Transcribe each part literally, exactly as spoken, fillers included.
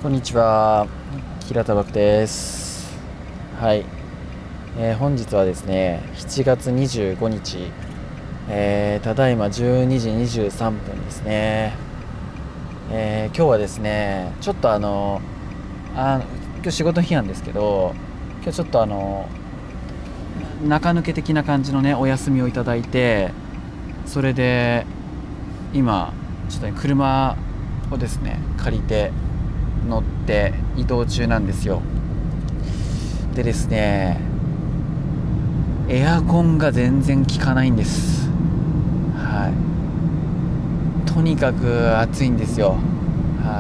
こんにちは、平田漠です。はい、えー本日はですね、しちがつにじゅうごにち、えーただいまじゅうにじにじゅうさんぷんですね。えー今日はですね、ちょっとあの、あ今日仕事の日なんですけど、今日ちょっとあの、中抜け的な感じのね、お休みをいただいて、それで、今、ちょっとね、車をですね、借りて、乗って移動中なんですよ。でですね、エアコンが全然効かないんです。はい。とにかく暑いんですよ。はい。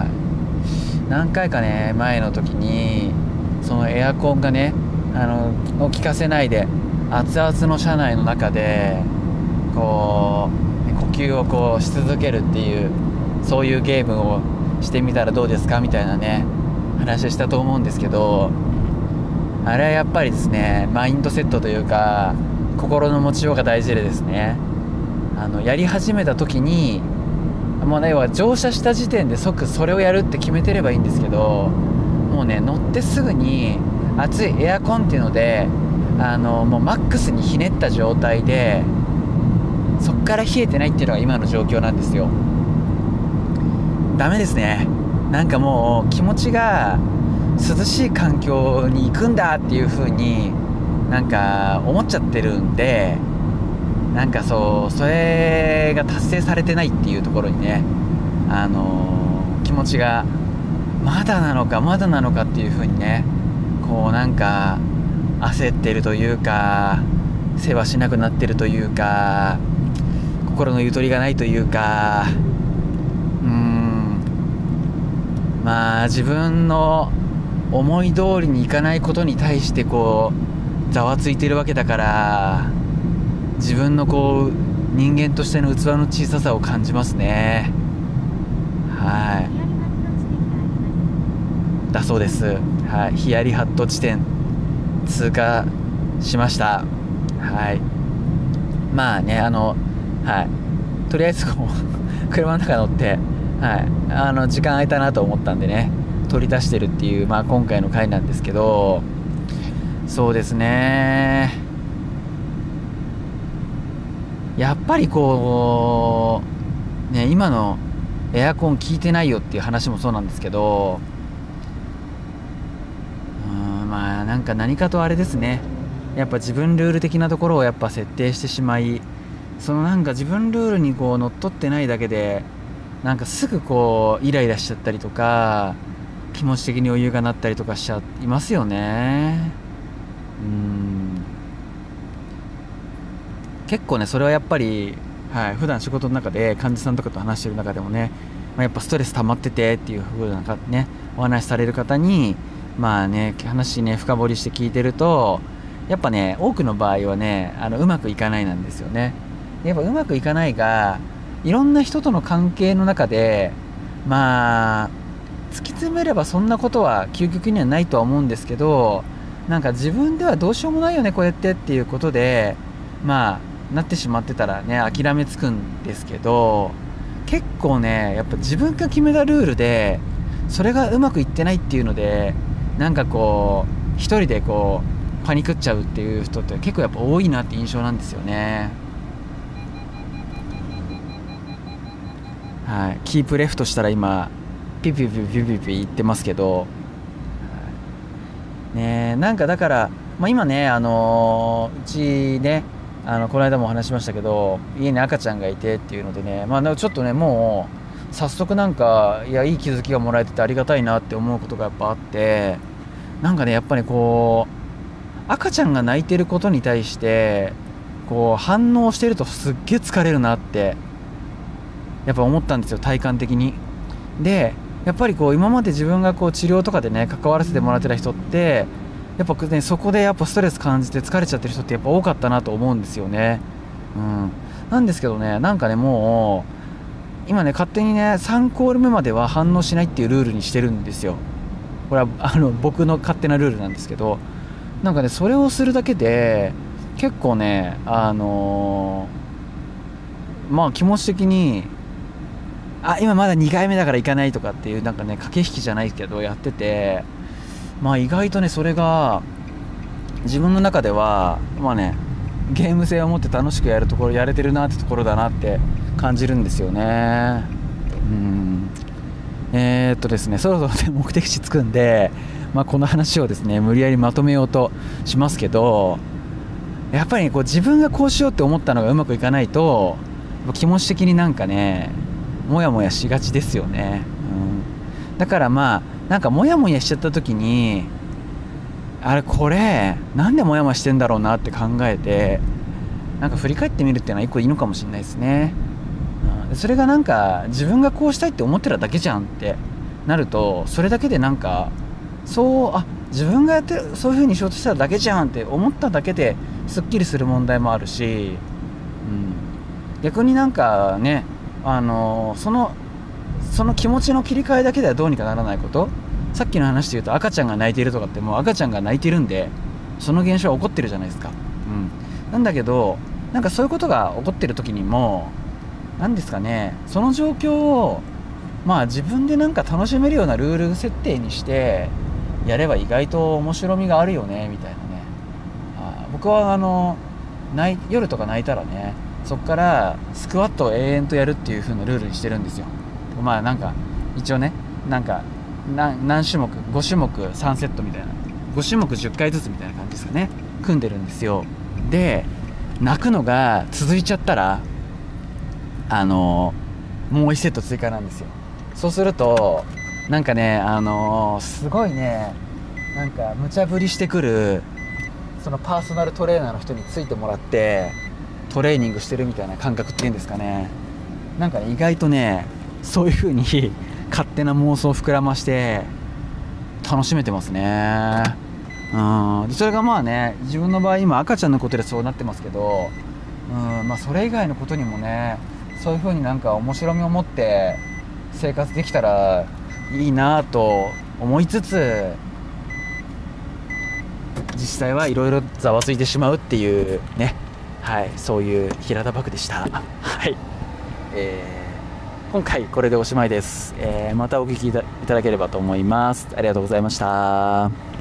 何回かね、前の時に、そのエアコンがね、あの、を効かせないで、熱々の車内の中で、こう、呼吸をこうし続けるっていう、そういうゲームをしてみたらどうですかみたいなね、話をしたと思うんですけど、あれはやっぱりですね、マインドセットというか、心の持ちようが大事でですね、あの、やり始めた時に、もうね、要は乗車した時点で即それをやるって決めてればいいんですけど、もうね、乗ってすぐに暑いエアコンっていうので、あの、もうマックスにひねった状態で、そっから冷えてないっていうのが今の状況なんですよ。ダメですね。なんかもう気持ちが涼しい環境に行くんだっていう風になんか思っちゃってるんで、なんかそうそれが達成されてないっていうところにね、あのー気持ちがまだなのかまだなのかっていう風にね、こうなんか焦ってるというか、世話しなくなってるというか、心のゆとりがないというか、うーんまあ自分の思い通りにいかないことに対してこうざわついてるわけだから、自分のこう人間としての器の小ささを感じますね。はいだそうです。はい、ヒヤリハット地点通過しました。はい。まあね、あのはいとりあえずこう車の中乗って、はい、あの時間空いたなと思ったんでね、取り出してるっていう、まあ、今回の回なんですけど、そうですね、やっぱりこうね、今のエアコン効いてないよっていう話もそうなんですけど、うーんまあなんか何かとあれですね、やっぱ自分ルール的なところをやっぱ設定してしまい、そのなんか自分ルールにこう乗っ取ってないだけで、なんかすぐこうイライラしちゃったりとか、気持ち的に余裕がなったりとかしちゃいますよね。うーん結構ね、それはやっぱり、はい、普段仕事の中で患者さんとかと話してる中でもね、まあ、やっぱストレス溜まっててっていう風なかね、お話しされる方に、まあね、話ね深掘りして聞いてると、やっぱね、多くの場合はね、あのうまくいかないなんですよね。やっぱうまくいかないが、いろんな人との関係の中で、まあ突き詰めればそんなことは究極にはないとは思うんですけど、なんか自分ではどうしようもないよねこうやってっていうことで、まあなってしまってたらね、諦めつくんですけど、結構ね、やっぱ自分が決めたルールでそれがうまくいってないっていうので、なんかこう一人でこうパニクっちゃうっていう人って結構やっぱ多いなって印象なんですよね。はい、キープレフトしたら今ピピピピピピ言ってますけど、ねえ、なんかだから、まあ、今ね、あのーうちね、あのこの間もお話しましたけど、家に赤ちゃんがいてっていうのでね、まあ、でもちょっとね、もう早速なんか、いや、いい気づきがもらえててありがたいなって思うことがやっぱあって、なんかね、やっぱりこう赤ちゃんが泣いてることに対してこう反応してるとすっげえ疲れるなってやっぱ思ったんですよ、体感的に。でやっぱりこう今まで自分がこう治療とかでね関わらせてもらってた人って、やっぱね、そこでやっぱストレス感じて疲れちゃってる人ってやっぱ多かったなと思うんですよね。うんなんですけどね、なんかね、もう今ね勝手にねさんコール目までは反応しないっていうルールにしてるんですよ。これはあの僕の勝手なルールなんですけど、なんかねそれをするだけで結構ね、あのーまあ気持ち的にあ今まだにかいめだから行かないとかっていうなんかね駆け引きじゃないけどやってて、まあ意外とねそれが自分の中ではまあねゲーム性を持って楽しくやるところやれてるなってところだなって感じるんですよね。うんえー、っとですねそろそろ、ね、目的地着くんで、まあ、この話をですね無理やりまとめようとしますけど、やっぱりこう自分がこうしようって思ったのがうまくいかないと気持ち的になんかねモヤモヤしがちですよね、うん、だからまあなんかモヤモヤしちゃった時にあれこれなんでモヤモヤしてんだろうなって考えてなんか振り返ってみるっていうのは一個いいのかもしれないですね、うん、それがなんか自分がこうしたいって思ってるだけじゃんってなるとそれだけでなんかそうあ自分がやってるそういう風にしようとしただけじゃんって思っただけですっきりする問題もあるし、うん、逆になんかねあのそのその気持ちの切り替えだけではどうにかならないこと、さっきの話で言うと赤ちゃんが泣いているとかってもう赤ちゃんが泣いてるんでその現象は起こってるじゃないですか、うん、なんだけどなんかそういうことが起こってる時にも何ですかねその状況をまあ自分でなんか楽しめるようなルール設定にしてやれば意外と面白みがあるよねみたいなね。あ僕はあの泣い夜とか泣いたらねそこからスクワットを永遠とやるっていう風なルールにしてるんですよ。まあなんか一応ねなんか何, 何種目ご種目さんセットみたいなご種目じゅっかいずつみたいな感じですかね組んでるんですよ。で泣くのが続いちゃったらあのもういちセット追加なんですよ。そうするとなんかねあのすごいねなんか無茶ぶりしてくるそのパーソナルトレーナーの人についてもらってトレーニングしてるみたいな感覚っていうんですかね。なんかね意外とねそういう風に勝手な妄想を膨らまして楽しめてますね。うんそれがまあね自分の場合今赤ちゃんのことでそうなってますけど、うんまあそれ以外のことにもねそういう風になんか面白みを持って生活できたらいいなと思いつつ実際はいろいろざわついてしまうっていうね、はい、そういう平田漠でした。はい、えー、今回これでおしまいです。えー、またお聞きいただければと思います。ありがとうございました。